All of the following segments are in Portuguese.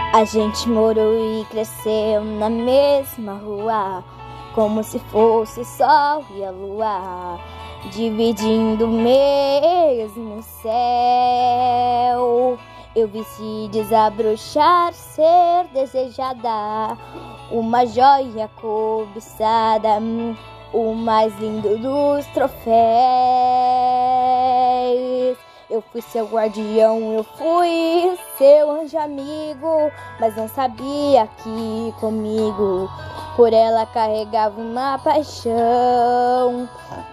A gente morou e cresceu na mesma rua, como se fosse o sol e a lua, dividindo o mesmo céu. Eu vi se desabrochar, ser desejada, uma joia cobiçada, o mais lindo dos troféus. Eu fui seu guardião, eu fui seu anjo amigo, mas não sabia que comigo por ela carregava uma paixão.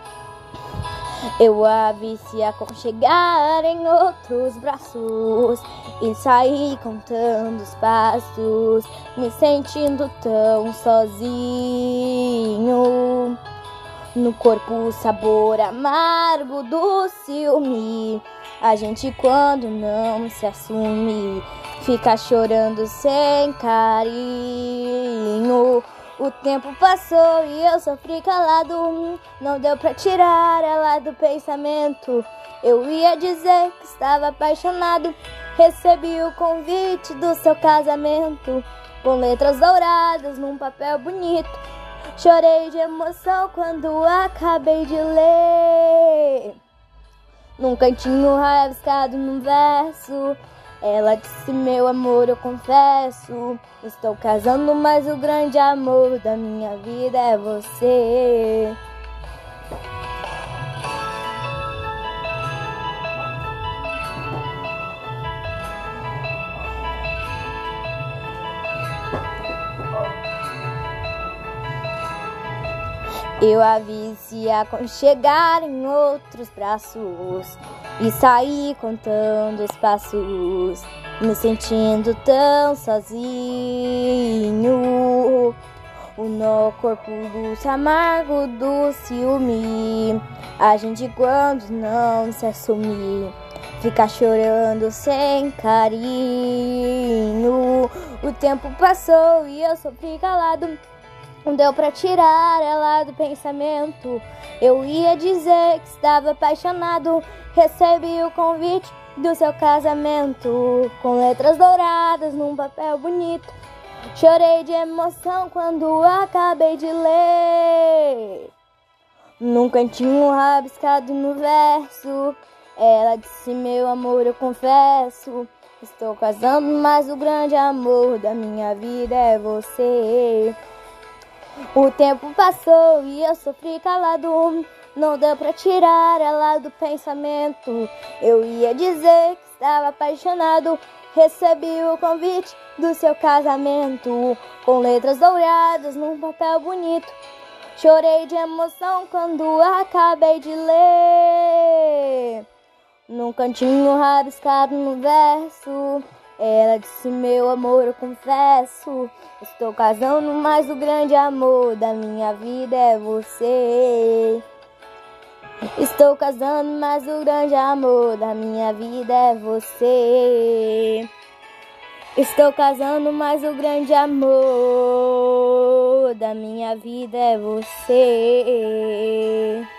Eu a vi se aconchegar em outros braços e saí contando os passos, me sentindo tão sozinho. No corpo o sabor amargo do ciúme. A gente quando não se assume fica chorando sem carinho. O tempo passou e eu sofri calado, não deu pra tirar ela do pensamento. Eu ia dizer que estava apaixonado, recebi o convite do seu casamento, com letras douradas num papel bonito. Chorei de emoção quando acabei de ler. Num cantinho rabiscado num verso, ela disse: meu amor, eu confesso, estou casando, mas o grande amor da minha vida é você. Eu a vi se aconchegar em outros braços e saí contando os passos, me sentindo tão sozinho. No corpo doce amargo do ciúme, a gente quando não se assume fica chorando sem carinho. O tempo passou e eu sofri calado, não deu pra tirar ela do pensamento. Eu ia dizer que estava apaixonado, recebi o convite do seu casamento, com letras douradas num papel bonito. Chorei de emoção quando acabei de ler. Num cantinho rabiscado no verso, ela disse: meu amor, eu confesso, estou casando, mas o grande amor da minha vida é você. O tempo passou e eu sofri calado, não deu pra tirar ela do pensamento. Eu ia dizer que estava apaixonado, recebi o convite do seu casamento, com letras douradas num papel bonito. Chorei de emoção quando acabei de ler. Num cantinho rabiscado no verso, ela disse: meu amor, eu confesso, estou casando, mas o grande amor da minha vida é você. Estou casando, mas o grande amor da minha vida é você. Estou casando, mas o grande amor da minha vida é você.